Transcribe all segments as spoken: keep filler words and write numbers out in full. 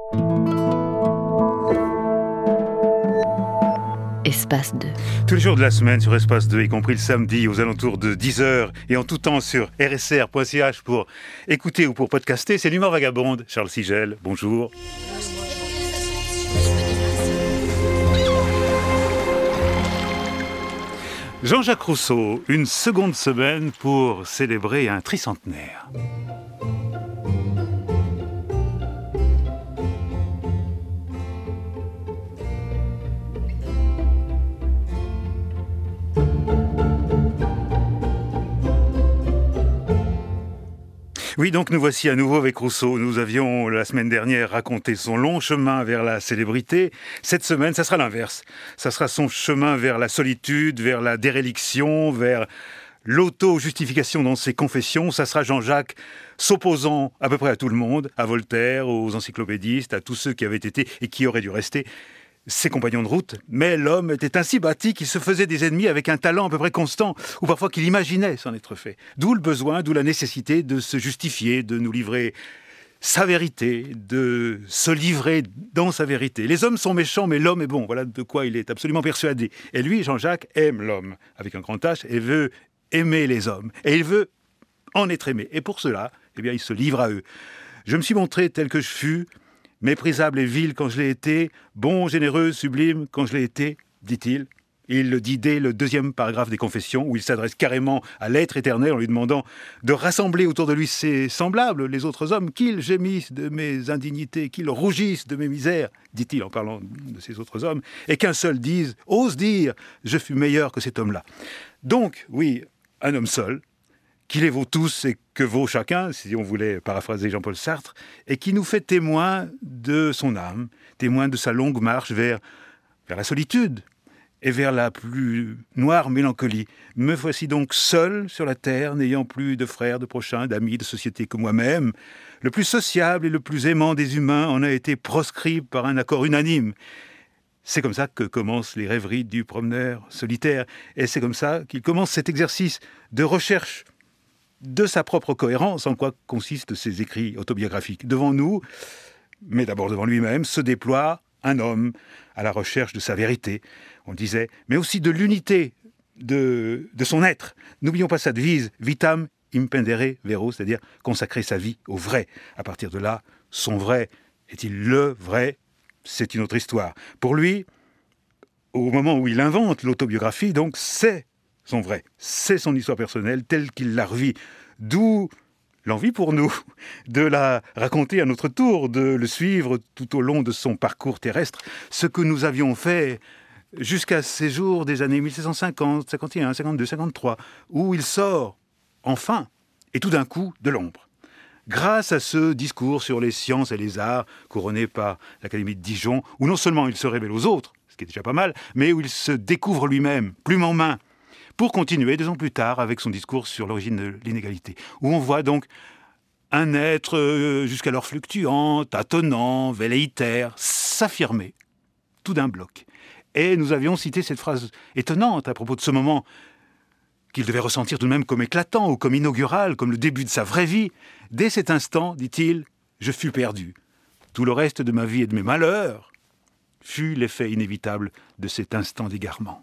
Espace deux. Tous les jours de la semaine sur Espace deux, y compris le samedi aux alentours de dix heures et en tout temps sur r s r point c h pour écouter ou pour podcaster, c'est l'humeur vagabonde. Charles Sigel, bonjour. Jean-Jacques Rousseau, une seconde semaine pour célébrer un tricentenaire. Oui, donc nous voici à nouveau avec Rousseau. Nous avions la semaine dernière raconté son long chemin vers la célébrité. Cette semaine, ça sera l'inverse. Ça sera son chemin vers la solitude, vers la déréliction, vers l'auto-justification dans ses confessions. Ça sera Jean-Jacques s'opposant à peu près à tout le monde, à Voltaire, aux encyclopédistes, à tous ceux qui avaient été et qui auraient dû rester ses compagnons de route. Mais l'homme était ainsi bâti qu'il se faisait des ennemis avec un talent à peu près constant, ou parfois qu'il imaginait s'en être fait. D'où le besoin, d'où la nécessité de se justifier, de nous livrer sa vérité, de se livrer dans sa vérité. Les hommes sont méchants, mais l'homme est bon. Voilà de quoi il est absolument persuadé. Et lui, Jean-Jacques, aime l'homme, avec un grand H, et veut aimer les hommes. Et il veut en être aimé. Et pour cela, eh bien, il se livre à eux. Je me suis montré tel que je fus, méprisable et vil quand je l'ai été, bon, généreux, sublime quand je l'ai été, dit-il. Il le dit dès le deuxième paragraphe des Confessions, où il s'adresse carrément à l'être éternel en lui demandant de rassembler autour de lui ses semblables, les autres hommes, qu'ils gémissent de mes indignités, qu'ils rougissent de mes misères, dit-il en parlant de ces autres hommes, et qu'un seul dise, ose dire, je fus meilleur que cet homme-là. Donc, oui, un homme seul, qui les vaut tous et que vaut chacun, si on voulait paraphraser Jean-Paul Sartre, et qui nous fait témoin de son âme, témoin de sa longue marche vers, vers la solitude et vers la plus noire mélancolie. Me voici donc seul sur la terre, n'ayant plus de frères, de prochains, d'amis, de société que moi-même. Le plus sociable et le plus aimant des humains en a été proscrit par un accord unanime. C'est comme ça que commencent les rêveries du promeneur solitaire, et c'est comme ça qu'il commence cet exercice de recherche de sa propre cohérence, en quoi consistent ses écrits autobiographiques. Devant nous, mais d'abord devant lui-même, se déploie un homme à la recherche de sa vérité, on le disait, mais aussi de l'unité de, de son être. N'oublions pas sa devise, vitam impendere vero, c'est-à-dire consacrer sa vie au vrai. À partir de là, son vrai est-il le vrai? C'est une autre histoire. Pour lui, au moment où il invente l'autobiographie, donc c'est son vrai, c'est son histoire personnelle telle qu'il la revit. D'où l'envie pour nous de la raconter à notre tour, de le suivre tout au long de son parcours terrestre, ce que nous avions fait jusqu'à ces jours des années mille sept cent cinquante, cinquante et un, cinquante-deux, cinquante-trois, où il sort, enfin, et tout d'un coup, de l'ombre. Grâce à ce discours sur les sciences et les arts, couronné par l'Académie de Dijon, où non seulement il se révèle aux autres, ce qui est déjà pas mal, mais où il se découvre lui-même, plume en main, pour continuer deux ans plus tard avec son discours sur l'origine de l'inégalité, où on voit donc un être euh, jusqu'alors fluctuant, tâtonnant, velléitaire, s'affirmer tout d'un bloc. Et nous avions cité cette phrase étonnante à propos de ce moment qu'il devait ressentir tout de même comme éclatant ou comme inaugural, comme le début de sa vraie vie. Dès cet instant, dit-il, je fus perdu. Tout le reste de ma vie et de mes malheurs fut l'effet inévitable de cet instant d'égarement.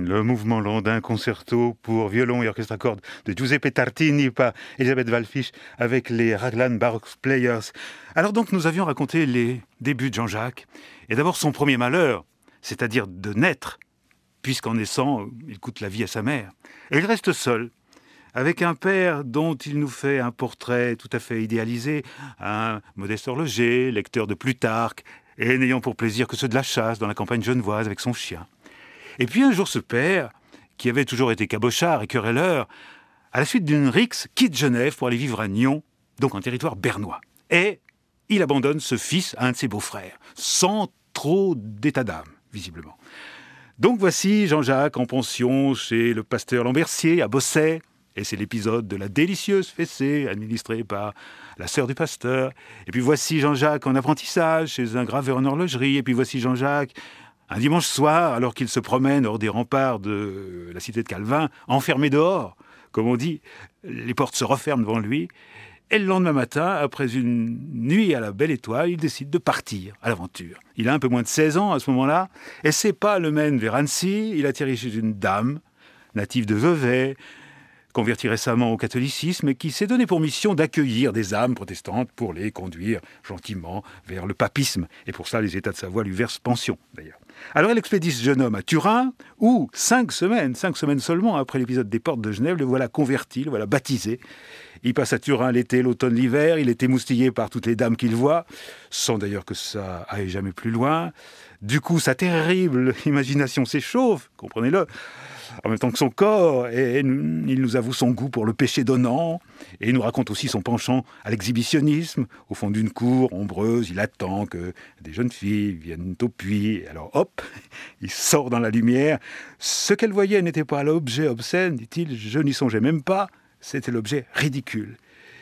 le mouvement lent d'un concerto pour violon et orchestre à cordes de Giuseppe Tartini par Elisabeth Wallfisch avec les Raglan Baroque Players. Alors donc nous avions raconté les débuts de Jean-Jacques et d'abord son premier malheur, c'est-à-dire de naître, puisqu'en naissant, il coûte la vie à sa mère. Et il reste seul, avec un père dont il nous fait un portrait tout à fait idéalisé, un modeste horloger, lecteur de Plutarque, et n'ayant pour plaisir que ceux de la chasse dans la campagne genevoise avec son chien. Et puis un jour ce père, qui avait toujours été cabochard et querelleur, à la suite d'une rixe, quitte Genève pour aller vivre à Nyon, donc en territoire bernois. Et il abandonne ce fils à un de ses beaux-frères, sans trop d'état d'âme, visiblement. Donc voici Jean-Jacques en pension chez le pasteur Lambertier à Bosset, et c'est l'épisode de la délicieuse fessée administrée par la sœur du pasteur. Et puis voici Jean-Jacques en apprentissage chez un graveur en horlogerie. Et puis voici Jean-Jacques un dimanche soir, alors qu'il se promène hors des remparts de la cité de Calvin, enfermé dehors, comme on dit. Les portes se referment devant lui. Et le lendemain matin, après une nuit à la belle étoile, il décide de partir à l'aventure. Il a un peu moins de seize ans à ce moment-là, et ses pas le mènent vers Annecy. Il atterrit chez une dame, native de Vevey, converti récemment au catholicisme et qui s'est donné pour mission d'accueillir des âmes protestantes pour les conduire gentiment vers le papisme. Et pour ça, les États de Savoie lui versent pension, d'ailleurs. Alors elle expédie ce jeune homme à Turin, où, cinq semaines, cinq semaines seulement après l'épisode des portes de Genève, le voilà converti, le voilà baptisé. Il passe à Turin l'été, l'automne, l'hiver. Il est émoustillé par toutes les dames qu'il voit, sans d'ailleurs que ça aille jamais plus loin. Du coup, sa terrible imagination s'échauffe, comprenez-le, en même temps que son corps, et il nous avoue son goût pour le péché donnant, et il nous raconte aussi son penchant à l'exhibitionnisme. Au fond d'une cour ombreuse, il attend que des jeunes filles viennent au puits, et alors hop, il sort dans la lumière. Ce qu'elle voyait n'était pas l'objet obscène, dit-il, je n'y songeais même pas, c'était l'objet ridicule.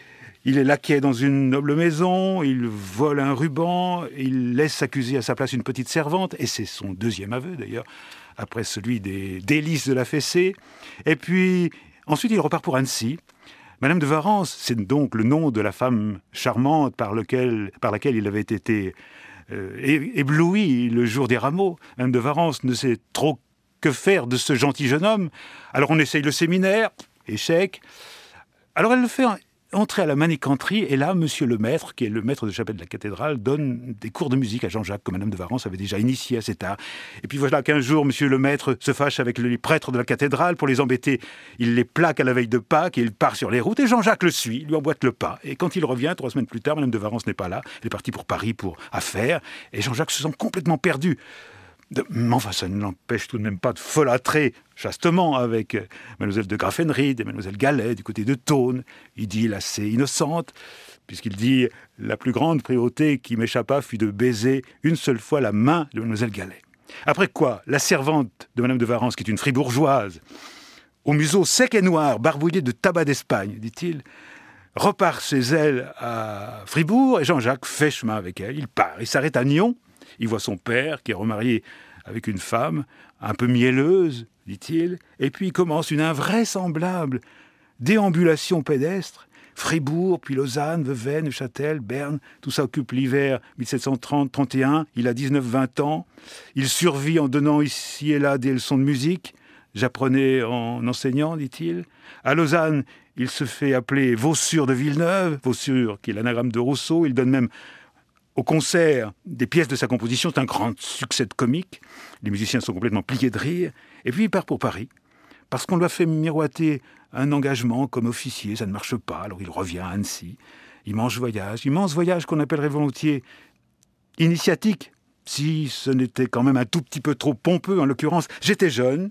Il est laquais dans une noble maison, il vole un ruban, il laisse s'accuser à sa place une petite servante, et c'est son deuxième aveu d'ailleurs, après celui des délices de la fessée. Et puis, ensuite, il repart pour Annecy. Madame de Warrens, c'est donc le nom de la femme charmante par, lequel, par laquelle il avait été euh, ébloui le jour des rameaux. Madame de Warrens ne sait trop que faire de ce gentil jeune homme. Alors on essaye le séminaire, échec. Alors elle le fait entrer à la manicanterie, et là, monsieur le maître, qui est le maître de chapelle de la cathédrale, donne des cours de musique à Jean-Jacques, que madame de Warrens avait déjà initié assez tard. Et puis voilà qu'un jour, monsieur le maître se fâche avec les prêtres de la cathédrale pour les embêter. Il les plaque à la veille de Pâques, et il part sur les routes, et Jean-Jacques le suit, lui emboîte le pas. Et quand il revient, trois semaines plus tard, madame de Warrens n'est pas là, elle est partie pour Paris pour affaires, et Jean-Jacques se sent complètement perdu. De... Mais enfin, ça ne l'empêche tout de même pas de folâtrer chastement avec euh, mademoiselle de Graffenried et mademoiselle Gallet du côté de Thônes. Idylle assez innocente, puisqu'il dit « La plus grande priorité qui m'échappa fut de baiser une seule fois la main de mademoiselle Gallet. » Après quoi, la servante de madame de Warrens, qui est une fribourgeoise, au museau sec et noir, barbouillé de tabac d'Espagne, dit-il, repart chez elle à Fribourg, et Jean-Jacques fait chemin avec elle. Il part, il s'arrête à Nyon. Il voit son père, qui est remarié avec une femme, un peu mielleuse, dit-il, et puis il commence une invraisemblable déambulation pédestre. Fribourg, puis Lausanne, Vevey, Neuchâtel, Berne, tout ça occupe l'hiver dix-sept cent trente trente et un. Il a dix-neuf vingt ans. Il survit en donnant ici et là des leçons de musique. J'apprenais en enseignant, dit-il. À Lausanne, il se fait appeler Vaussure de Villeneuve, Vaussure qui est l'anagramme de Rousseau. Il donne même au concert des pièces de sa composition, c'est un grand succès de comique. Les musiciens sont complètement pliés de rire. Et puis il part pour Paris, parce qu'on lui a fait miroiter un engagement comme officier. Ça ne marche pas, alors il revient à Annecy. Immense voyage, immense voyage qu'on appellerait volontiers initiatique, si ce n'était quand même un tout petit peu trop pompeux en l'occurrence. J'étais jeune,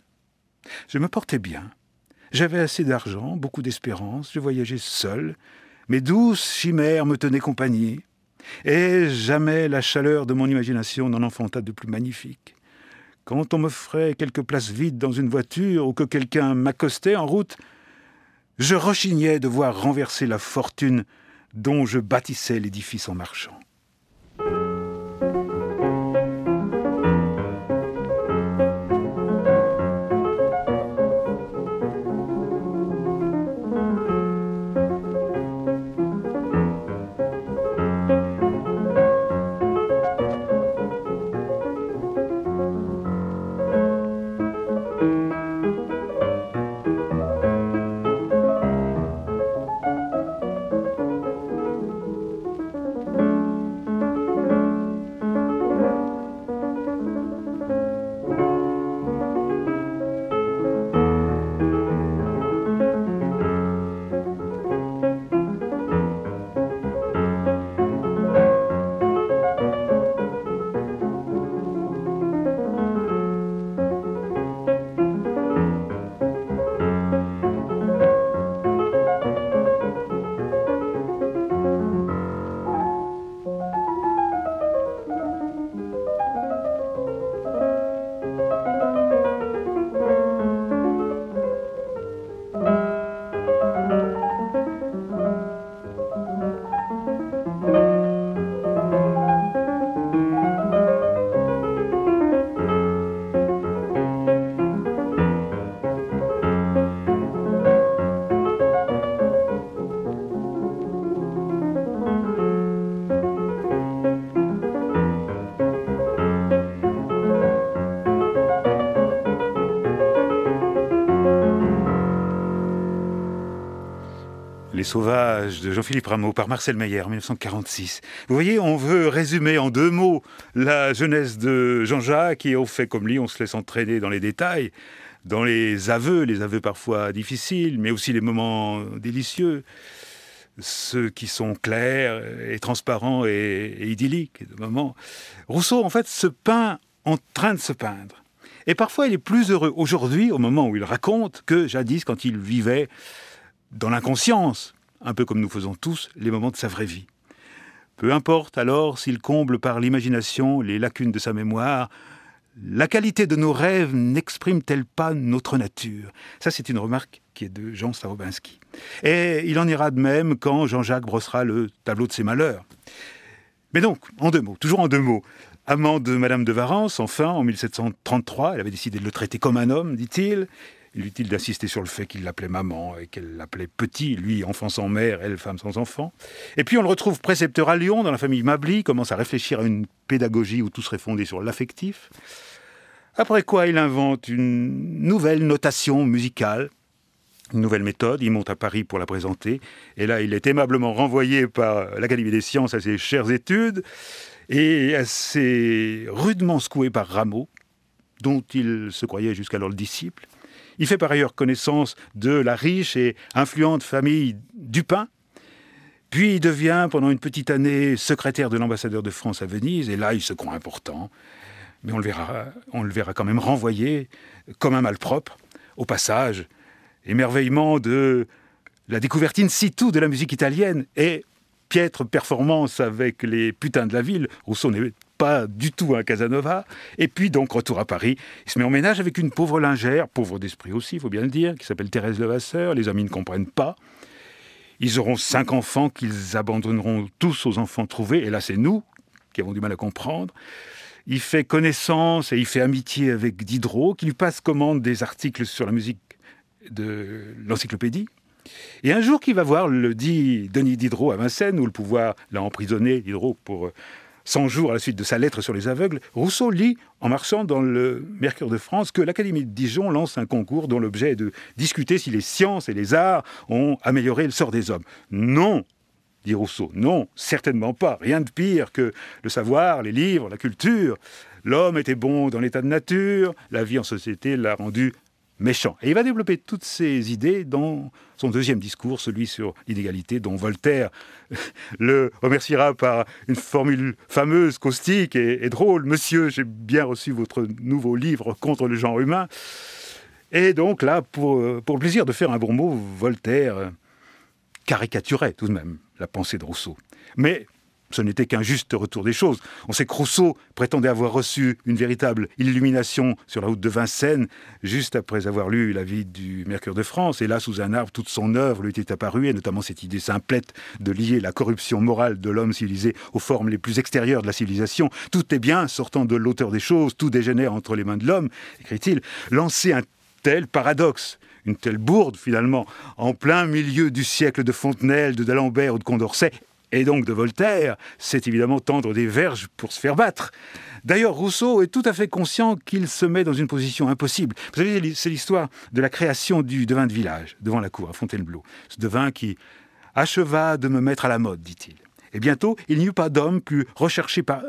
je me portais bien, j'avais assez d'argent, beaucoup d'espérance, je voyageais seul. Mes douces chimères me tenaient compagnie. Et jamais la chaleur de mon imagination n'en enfanta de plus magnifique. Quand on m'offrait quelques places vides dans une voiture ou que quelqu'un m'accostait en route, je rechignais de voir renverser la fortune dont je bâtissais l'édifice en marchant. Les Sauvages de Jean-Philippe Rameau par Marcel Meyer en mille neuf cent quarante-six. Vous voyez, on veut résumer en deux mots la jeunesse de Jean-Jacques et au fait comme lui, on se laisse entraîner dans les détails, dans les aveux, les aveux parfois difficiles, mais aussi les moments délicieux, ceux qui sont clairs et transparents et, et idylliques. De moments. Rousseau, en fait, se peint en train de se peindre. Et parfois, il est plus heureux aujourd'hui, au moment où il raconte, que jadis, quand il vivait dans l'inconscience, un peu comme nous faisons tous, les moments de sa vraie vie. Peu importe alors s'il comble par l'imagination les lacunes de sa mémoire, la qualité de nos rêves n'exprime-t-elle pas notre nature ? Ça, c'est une remarque qui est de Jean Starobinski. Et il en ira de même quand Jean-Jacques brossera le tableau de ses malheurs. Mais donc, en deux mots, toujours en deux mots, amant de Madame de Warrens, enfin, en mille sept cent trente-trois, elle avait décidé de le traiter comme un homme, dit-il. Inutile d'insister sur le fait qu'il l'appelait maman et qu'elle l'appelait petit, lui enfant sans mère, elle femme sans enfant. Et puis on le retrouve précepteur à Lyon, dans la famille Mably, commence à réfléchir à une pédagogie où tout serait fondé sur l'affectif. Après quoi, il invente une nouvelle notation musicale, une nouvelle méthode, il monte à Paris pour la présenter, et là il est aimablement renvoyé par l'Académie des sciences à ses chères études, et assez rudement secoué par Rameau, dont il se croyait jusqu'alors le disciple. Il fait par ailleurs connaissance de la riche et influente famille Dupin. Puis il devient, pendant une petite année, secrétaire de l'ambassadeur de France à Venise. Et là, il se croit important. Mais on le verra, on le verra quand même renvoyé, comme un malpropre, au passage. Émerveillement de la découverte in situ de la musique italienne et piètre performance avec les putains de la ville. Rousseau n'est pas du tout un Casanova. Et puis donc, retour à Paris, il se met en ménage avec une pauvre lingère, pauvre d'esprit aussi, il faut bien le dire, qui s'appelle Thérèse Levasseur. Les amis ne comprennent pas. Ils auront cinq enfants qu'ils abandonneront tous aux enfants trouvés. Et là, c'est nous qui avons du mal à comprendre. Il fait connaissance et il fait amitié avec Diderot, qui lui passe commande des articles sur la musique de l'encyclopédie. Et un jour qu'il va voir le dit Denis Diderot à Vincennes, où le pouvoir l'a emprisonné, Diderot, pour cent jours à la suite de sa lettre sur les aveugles, Rousseau lit, en marchant dans le Mercure de France, que l'Académie de Dijon lance un concours dont l'objet est de discuter si les sciences et les arts ont amélioré le sort des hommes. Non, dit Rousseau, non, certainement pas. Rien de pire que le savoir, les livres, la culture. L'homme était bon dans l'état de nature, la vie en société l'a rendu méchant. Et il va développer toutes ces idées dans son deuxième discours, celui sur l'inégalité, dont Voltaire le remerciera par une formule fameuse, caustique et, et drôle. « Monsieur, j'ai bien reçu votre nouveau livre contre le genre humain. » Et donc là, pour, pour le plaisir de faire un bon mot, Voltaire caricaturait tout de même la pensée de Rousseau. Mais ce n'était qu'un juste retour des choses. On sait que Rousseau prétendait avoir reçu une véritable illumination sur la route de Vincennes, juste après avoir lu la vie du Mercure de France. Et là, sous un arbre, toute son œuvre lui était apparue, et notamment cette idée simplette de lier la corruption morale de l'homme civilisé aux formes les plus extérieures de la civilisation. Tout est bien, sortant de l'auteur des choses, tout dégénère entre les mains de l'homme, écrit-il. Lancer un tel paradoxe, une telle bourde, finalement, en plein milieu du siècle de Fontenelle, de d'Alembert ou de Condorcet, et donc de Voltaire, c'est évidemment tendre des verges pour se faire battre. D'ailleurs, Rousseau est tout à fait conscient qu'il se met dans une position impossible. Vous savez, c'est l'histoire de la création du devin de village, devant la cour, à Fontainebleau. Ce devin qui acheva de me mettre à la mode, dit-il. Et bientôt, il n'y eut pas d'homme plus recherché par...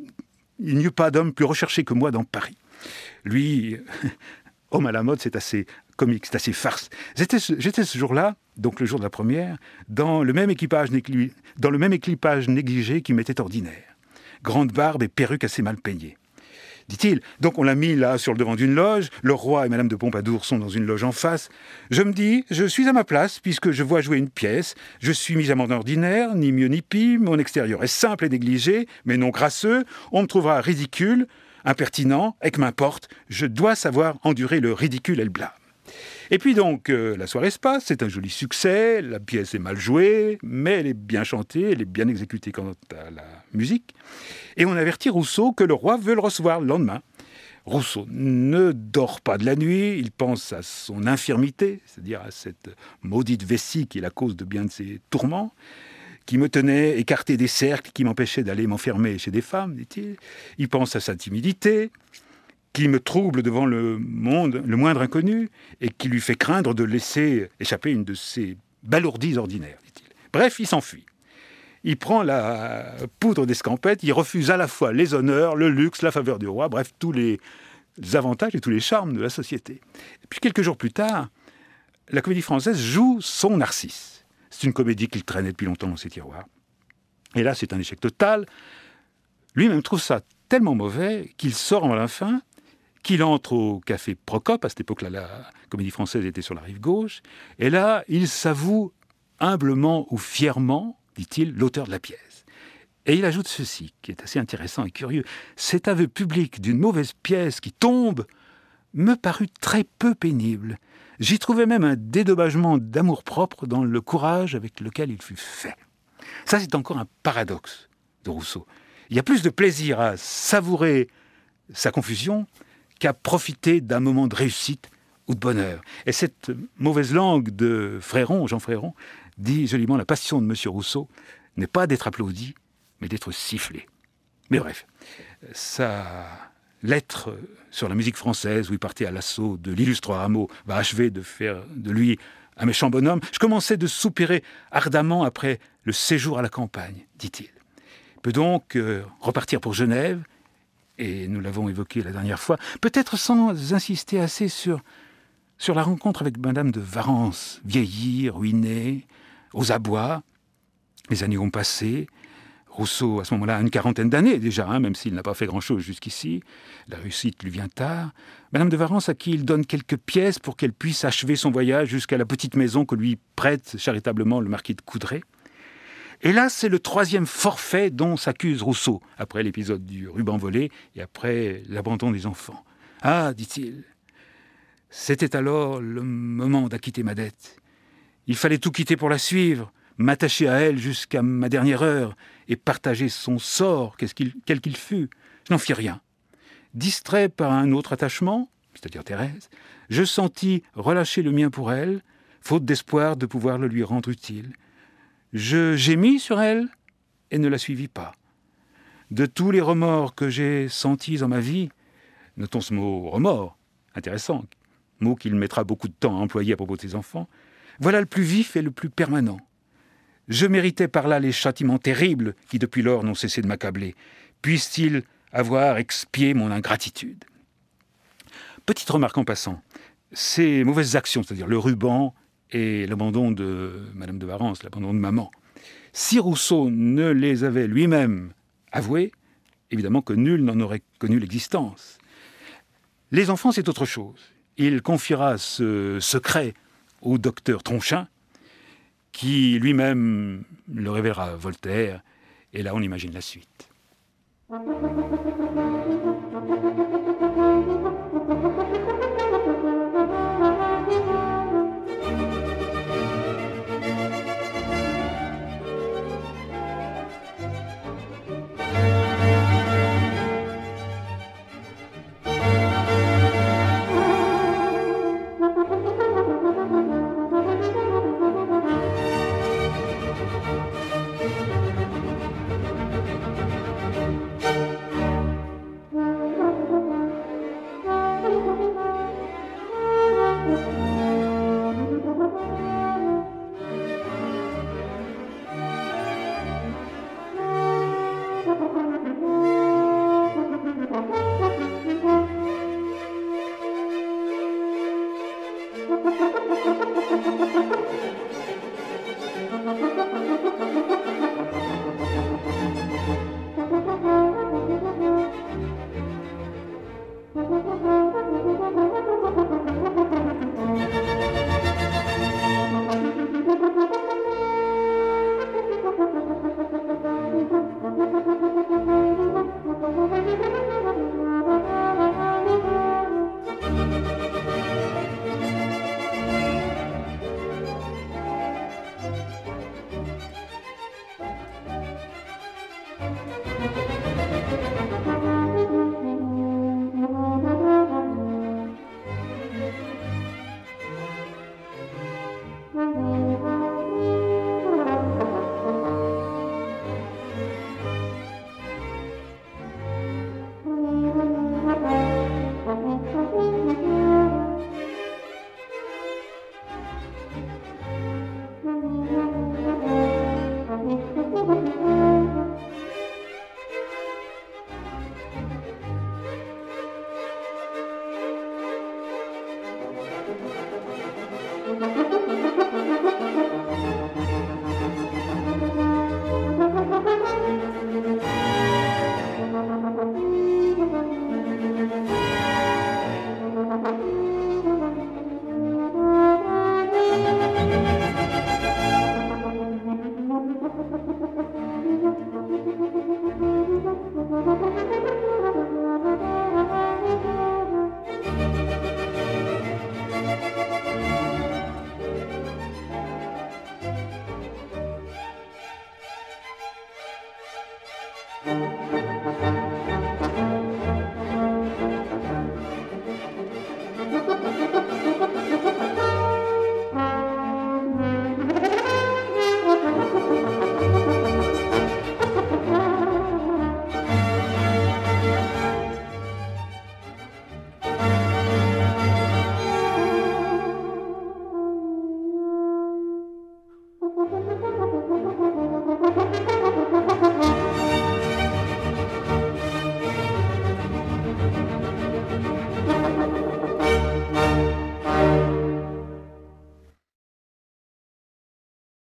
il n'y eut pas d'homme plus recherché que moi dans Paris. Lui, homme à la mode, c'est assez comique, c'est assez farce. J'étais, j'étais ce jour-là, donc le jour de la première, dans le même équipage, négli... dans le même équipage négligé qui m'était ordinaire. Grande barbe et perruque assez mal peignée. Dit-il, donc on l'a mis là sur le devant d'une loge, le roi et madame de Pompadour sont dans une loge en face. Je me dis, je suis à ma place puisque je vois jouer une pièce, je suis mis à mon ordinaire, ni mieux ni pis, mon extérieur est simple et négligé, mais non crasseux, on me trouvera ridicule, impertinent, et que m'importe, je dois savoir endurer le ridicule et le blâme. Et puis donc, euh, la soirée se passe, c'est un joli succès, la pièce est mal jouée, mais elle est bien chantée, elle est bien exécutée quant à la musique. Et on avertit Rousseau que le roi veut le recevoir le lendemain. Rousseau ne dort pas de la nuit, il pense à son infirmité, c'est-à-dire à cette maudite vessie qui est la cause de bien de ses tourments, qui me tenait écarté des cercles, qui m'empêchait d'aller m'enfermer chez des femmes, dit-il. Il pense à sa timidité, qui me trouble devant le monde, le moindre inconnu, et qui lui fait craindre de laisser échapper une de ses balourdies ordinaires, dit-il. Bref, il s'enfuit. Il prend la poudre d'escampette, il refuse à la fois les honneurs, le luxe, la faveur du roi, bref, tous les avantages et tous les charmes de la société. Et puis quelques jours plus tard, la Comédie Française joue son Narcisse. C'est une comédie qu'il traînait depuis longtemps dans ses tiroirs. Et là, c'est un échec total. Lui-même trouve ça tellement mauvais qu'il sort en la fin, qu'il entre au café Procope. À cette époque-là, la Comédie Française était sur la rive gauche. Et là, il s'avoue humblement ou fièrement, dit-il, l'auteur de la pièce. Et il ajoute ceci, qui est assez intéressant et curieux. Cet aveu public d'une mauvaise pièce qui tombe me parut très peu pénible. J'y trouvais même un dédommagement d'amour-propre dans le courage avec lequel il fut fait. Ça, c'est encore un paradoxe de Rousseau. Il y a plus de plaisir à savourer sa confusion qu'à profiter d'un moment de réussite ou de bonheur. Et cette mauvaise langue de Fréron, Jean Fréron, dit joliment: la passion de M. Rousseau n'est pas d'être applaudi, mais d'être sifflé. Mais bref, sa lettre sur la musique française, où il partait à l'assaut de l'illustre Rameau, va achever de faire de lui un méchant bonhomme. Je commençais de soupirer ardemment après le séjour à la campagne, dit-il. Il peut donc euh, repartir pour Genève, et nous l'avons évoqué la dernière fois, peut-être sans insister assez sur, sur la rencontre avec Madame de Warrens, vieillie, ruinée, aux abois. Les années ont passé. Rousseau, à ce moment-là, a une quarantaine d'années déjà, hein, même s'il n'a pas fait grand-chose jusqu'ici. La réussite lui vient tard. Madame de Warrens, à qui il donne quelques pièces pour qu'elle puisse achever son voyage jusqu'à la petite maison que lui prête charitablement le marquis de Coudray. Et là, c'est le troisième forfait dont s'accuse Rousseau, après l'épisode du ruban volé et après l'abandon des enfants. « Ah, dit-il, c'était alors le moment d'acquitter ma dette. Il fallait tout quitter pour la suivre, m'attacher à elle jusqu'à ma dernière heure et partager son sort, qu'est-ce qu'il, quel qu'il fût. Je n'en fis rien. Distrait par un autre attachement, c'est-à-dire Thérèse, je sentis relâcher le mien pour elle, faute d'espoir de pouvoir le lui rendre utile. Je gémis sur elle et ne la suivis pas. De tous les remords que j'ai sentis en ma vie, notons ce mot remords, intéressant, mot qu'il mettra beaucoup de temps à employer à propos de ses enfants, voilà le plus vif et le plus permanent. Je méritais par là les châtiments terribles qui depuis lors n'ont cessé de m'accabler. Puisse-t-il avoir expié mon ingratitude. Petite remarque en passant, ces mauvaises actions, c'est-à-dire le ruban et l'abandon de Madame de Warrens, l'abandon de maman, si Rousseau ne les avait lui-même avoués, évidemment que nul n'en aurait connu l'existence. Les enfants, c'est autre chose. Il confiera ce secret au docteur Tronchin, qui lui-même le révélera à Voltaire, et là on imagine la suite. Thank you.